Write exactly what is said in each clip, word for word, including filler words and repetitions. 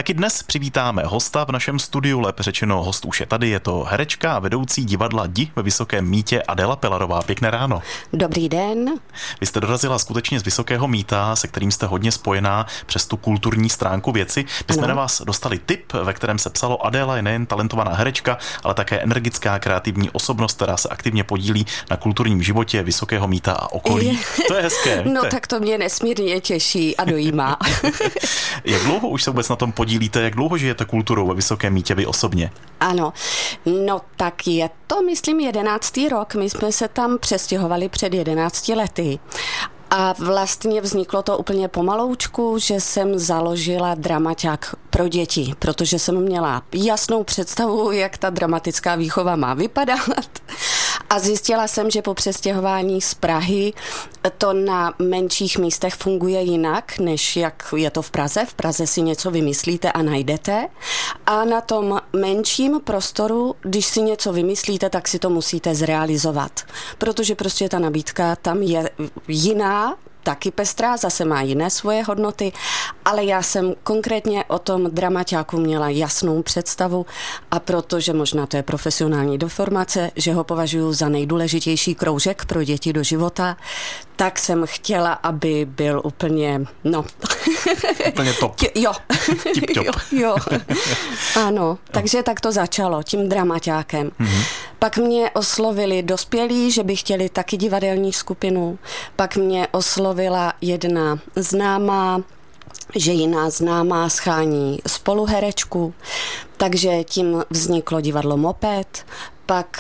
Taky dnes přivítáme hosta v našem studiu, lépe řečeno host už je tady, je to herečka a vedoucí divadla Di ve Vysokém Mýtě Adéla Pilarová. Pěkné ráno. Dobrý den. Vy jste dorazila skutečně z Vysokého Mýta, se kterým jste hodně spojená přes tu kulturní stránku věci. My jsme na vás dostali tip, ve kterém se psalo: Adéla je nejen talentovaná herečka, ale také energická kreativní osobnost, která se aktivně podílí na kulturním životě Vysokého Mýta a okolí. To je hezké. No víte? Tak to mě nesmírně těší a dojímá. Jak dlouho už se vůbec na tom podílíte? Jak dlouho žijete kulturou ve Vysokém Mýtě vy osobně? Ano, no tak je to, myslím, jedenáctý rok. My jsme se tam přestěhovali před jedenácti lety. A vlastně vzniklo to úplně pomaloučku, že jsem založila dramaťák pro děti, protože jsem měla jasnou představu, jak ta dramatická výchova má vypadat. A zjistila jsem, že po přestěhování z Prahy to na menších místech funguje jinak, než jak je to v Praze. V Praze si něco vymyslíte a najdete. A na tom menším prostoru, když si něco vymyslíte, tak si to musíte zrealizovat. Protože prostě ta nabídka tam je jiná, taky pestrá, zase má jiné svoje hodnoty, ale já jsem konkrétně o tom dramaťáku měla jasnou představu a protože možná to je profesionální deformace, že ho považuji za nejdůležitější kroužek pro děti do života, tak jsem chtěla, aby byl úplně, no... Úplně top. Jo. Tip-top. jo, jo. Ano, takže tak to začalo, tím dramaťákem. Mm-hmm. Pak mě oslovili dospělí, že by chtěli taky divadelní skupinu. Pak mě oslovila jedna známá, že jiná známá schání spoluherečku. Takže tím vzniklo divadlo Moped. Pak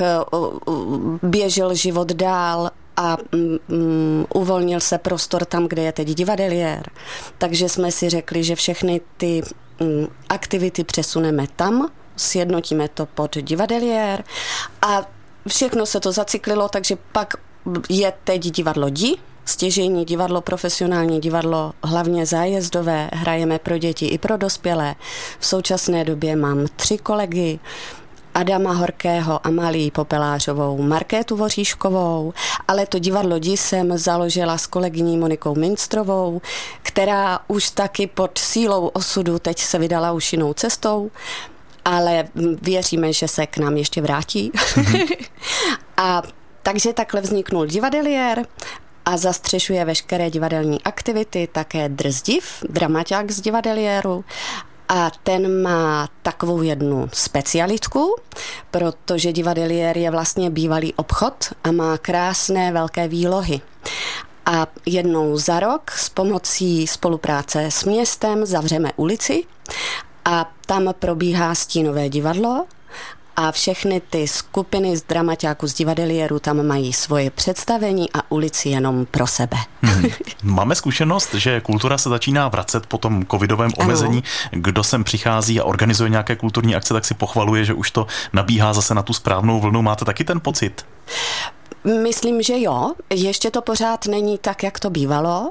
běžel život dál a um, uvolnil se prostor tam, kde je teď divadeliér. Takže jsme si řekli, že všechny ty um, aktivity přesuneme tam, sjednotíme to pod divadeliér a všechno se to zacyklilo, takže pak je teď divadlo Di, stěžejní divadlo, profesionální divadlo, hlavně zájezdové, hrajeme pro děti i pro dospělé. V současné době mám tři kolegy, Adama Horkého, Amálii Popelářovou, Markétu Voříškovou, ale to divadlo Di jsem založila s kolegyní Monikou Minstrovou, která už taky pod sílou osudu teď se vydala už jinou cestou, ale věříme, že se k nám ještě vrátí. Mm-hmm. A takže takhle vzniknul divadeliér a zastřešuje veškeré divadelní aktivity, také Drzdiv, dramaťák z divadeliéru. A ten má takovou jednu specialitku, protože divadeliér je vlastně bývalý obchod a má krásné velké výlohy. A jednou za rok s pomocí spolupráce s městem zavřeme ulici a tam probíhá stínové divadlo a všechny ty skupiny z dramaťáku z divadeliéru tam mají svoje představení a ulici jenom pro sebe. Hmm. Máme zkušenost, že kultura se začíná vracet po tom covidovém omezení. Ano. Kdo sem přichází a organizuje nějaké kulturní akce, tak si pochvaluje, že už to nabíhá zase na tu správnou vlnu. Máte taky ten pocit? Myslím, že jo. Ještě to pořád není tak, jak to bývalo.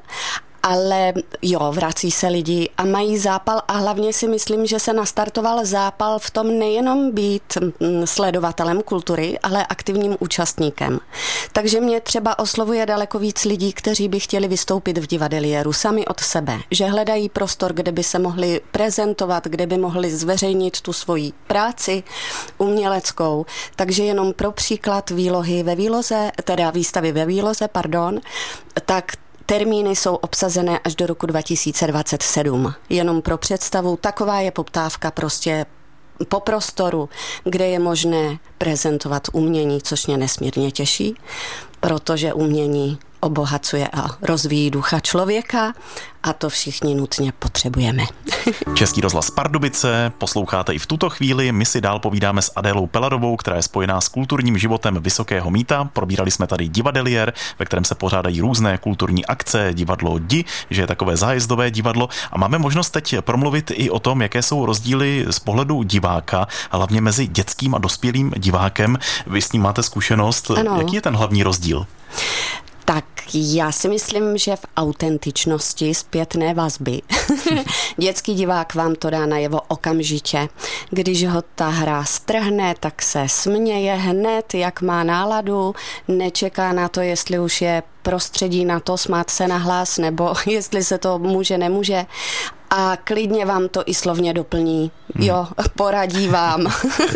Ale jo, vrací se lidi a mají zápal a hlavně si myslím, že se nastartoval zápal v tom nejenom být sledovatelem kultury, ale aktivním účastníkem. Takže mě třeba oslovuje daleko víc lidí, kteří by chtěli vystoupit v divadeliéru sami od sebe, že hledají prostor, kde by se mohli prezentovat, kde by mohli zveřejnit tu svoji práci uměleckou. Takže jenom pro příklad výlohy ve výloze, teda výstavy ve výloze, pardon, tak termíny jsou obsazené až do roku dva tisíce dvacet sedm. Jenom pro představu, taková je poptávka prostě po prostoru, kde je možné prezentovat umění, což mě nesmírně těší, protože umění obohacuje a rozvíjí ducha člověka a to všichni nutně potřebujeme. Český rozhlas Pardubice, posloucháte i v tuto chvíli. My si dál povídáme s Adélou Pilarovou, která je spojená s kulturním životem Vysokého Mýta. Probírali jsme tady divadeliér, ve kterém se pořádají různé kulturní akce, divadlo Di, že je takové zájezdové divadlo. A máme možnost teď promluvit i o tom, jaké jsou rozdíly z pohledu diváka, hlavně mezi dětským a dospělým divákem. Vy s ním máte zkušenost. Ano. Jaký je ten hlavní rozdíl? Tak já si myslím, že v autentičnosti zpětné vazby. Dětský divák vám to dá najevo okamžitě. Když ho ta hra strhne, tak se směje hned, jak má náladu, nečeká na to, jestli už je prostředí na to smát se nahlas, nebo jestli se to může, nemůže. a klidně vám to i slovně doplní. Hmm. Jo, poradí vám,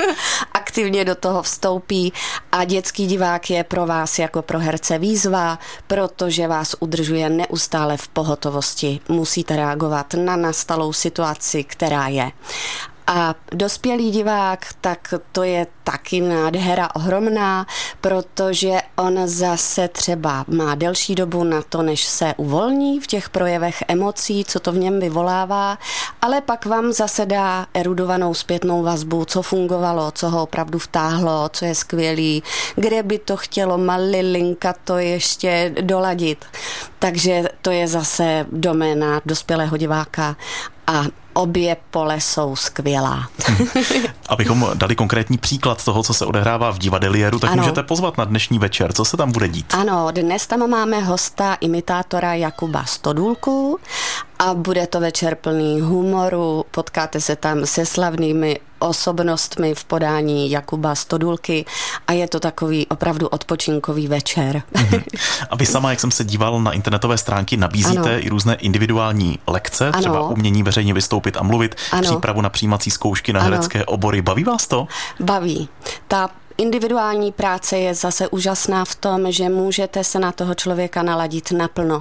aktivně do toho vstoupí a dětský divák je pro vás jako pro herce výzva, protože vás udržuje neustále v pohotovosti. Musíte reagovat na nastalou situaci, která je. A dospělý divák, tak to je taky nádhera ohromná, protože on zase třeba má delší dobu na to, než se uvolní v těch projevech emocí, co to v něm vyvolává, ale pak vám zase dá erudovanou zpětnou vazbu, co fungovalo, co ho opravdu vtáhlo, co je skvělý, kde by to chtělo malilinka to ještě doladit. Takže to je zase doména dospělého diváka a obě pole jsou skvělá. Abychom dali konkrétní příklad toho, co se odehrává v Divadeliéru, tak ano. Můžete pozvat na dnešní večer. Co se tam bude dít? Ano, dnes tam máme hosta, imitátora Jakuba Stodůlku a bude to večer plný humoru. Potkáte se tam se slavnými osobnostmi v podání Jakuba Stodůlky a je to takový opravdu odpočinkový večer. Mhm. A vy sama, jak jsem se díval na internetové stránky, nabízíte ano. i různé individuální lekce, ano. třeba umění veřejně vystoupit a mluvit, ano. přípravu na přijímací zkoušky na ano. herecké obory. Baví vás to? Baví. Ta individuální práce je zase úžasná v tom, že můžete se na toho člověka naladit naplno.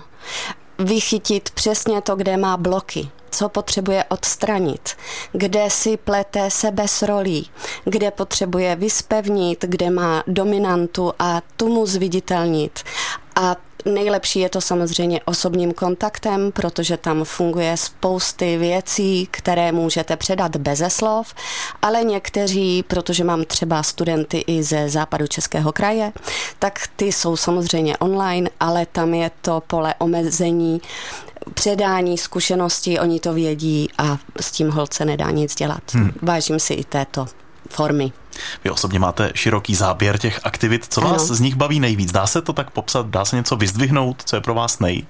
Vychytit přesně to, kde má bloky, co potřebuje odstranit, kde si plete sebe s rolí, kde potřebuje vyspevnit, kde má dominantu a tu mu zviditelnit. A nejlepší je to samozřejmě osobním kontaktem, protože tam funguje spousty věcí, které můžete předat beze slov, ale někteří, protože mám třeba studenty i ze západu Českého kraje, tak ty jsou samozřejmě online, ale tam je to pole omezení, předání zkušeností, oni to vědí a s tím holce nedá nic dělat. Hmm. Vážím si i této formy. Vy osobně máte široký záběr těch aktivit. Co ano. vás z nich baví nejvíc? Dá se to tak popsat? Dá se něco vyzdvihnout? Co je pro vás nej?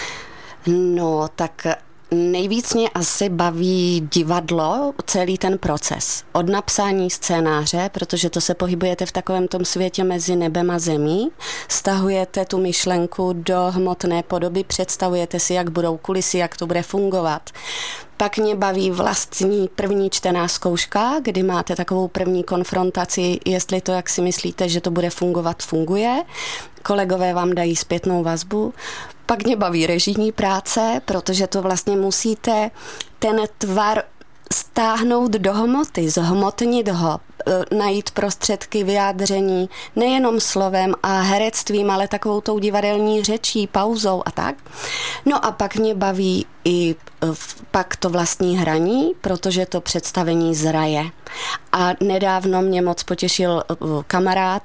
No, tak nejvíc mě asi baví divadlo, celý ten proces. Od napsání scénáře, protože to se pohybujete v takovém tom světě mezi nebem a zemí, stahujete tu myšlenku do hmotné podoby, představujete si, jak budou kulisy, jak to bude fungovat. Pak mě baví vlastní první čtená zkouška, kdy máte takovou první konfrontaci, jestli to, jak si myslíte, že to bude fungovat, funguje. Kolegové vám dají zpětnou vazbu. Pak mě baví režijní práce, protože to vlastně musíte ten tvar stáhnout do hmoty, zhmotnit ho, najít prostředky vyjádření nejenom slovem a herectvím, ale takovou tou divadelní řečí, pauzou a tak. No a pak mě baví i pak to vlastní hraní, protože to představení zraje. A nedávno mě moc potěšil kamarád,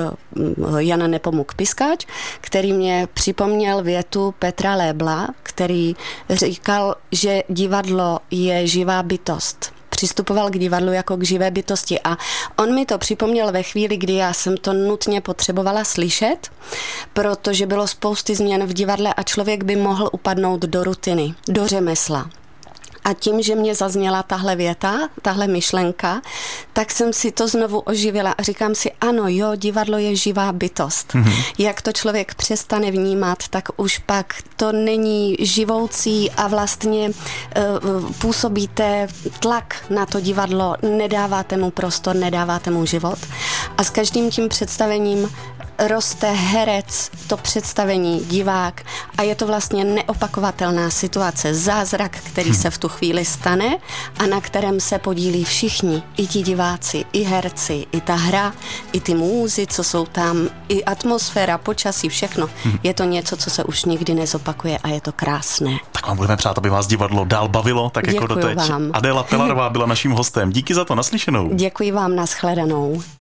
Jana Nepomuk Piskač, který mě připomněl větu Petra Lébla, který říkal, že divadlo je živá bytost. Přistupoval k divadlu jako k živé bytosti a on mi to připomněl ve chvíli, kdy já jsem to nutně potřebovala slyšet, protože bylo spousty změn v divadle a člověk by mohl upadnout do rutiny, do řemesla. A tím, že mě zazněla tahle věta, tahle myšlenka, tak jsem si to znovu oživila a říkám si, ano, jo, divadlo je živá bytost. Mm-hmm. Jak to člověk přestane vnímat, tak už pak to není živoucí a vlastně uh, působíte tlak na to divadlo, nedáváte mu prostor, nedáváte mu život. A s každým tím představením roste herec, to představení, divák a je to vlastně neopakovatelná situace, zázrak, který se v tu chvíli stane a na kterém se podílí všichni, i ti diváci, i herci, i ta hra, i ty múzy, co jsou tam, i atmosféra, počasí, všechno. Je to něco, co se už nikdy nezopakuje a je to krásné. Tak vám budeme přát, aby vás divadlo dál bavilo, tak Děkuju jako doteď. Vám. Adéla Pelarová byla naším hostem. Díky za to, naslyšenou. Děkuji vám, nashledanou.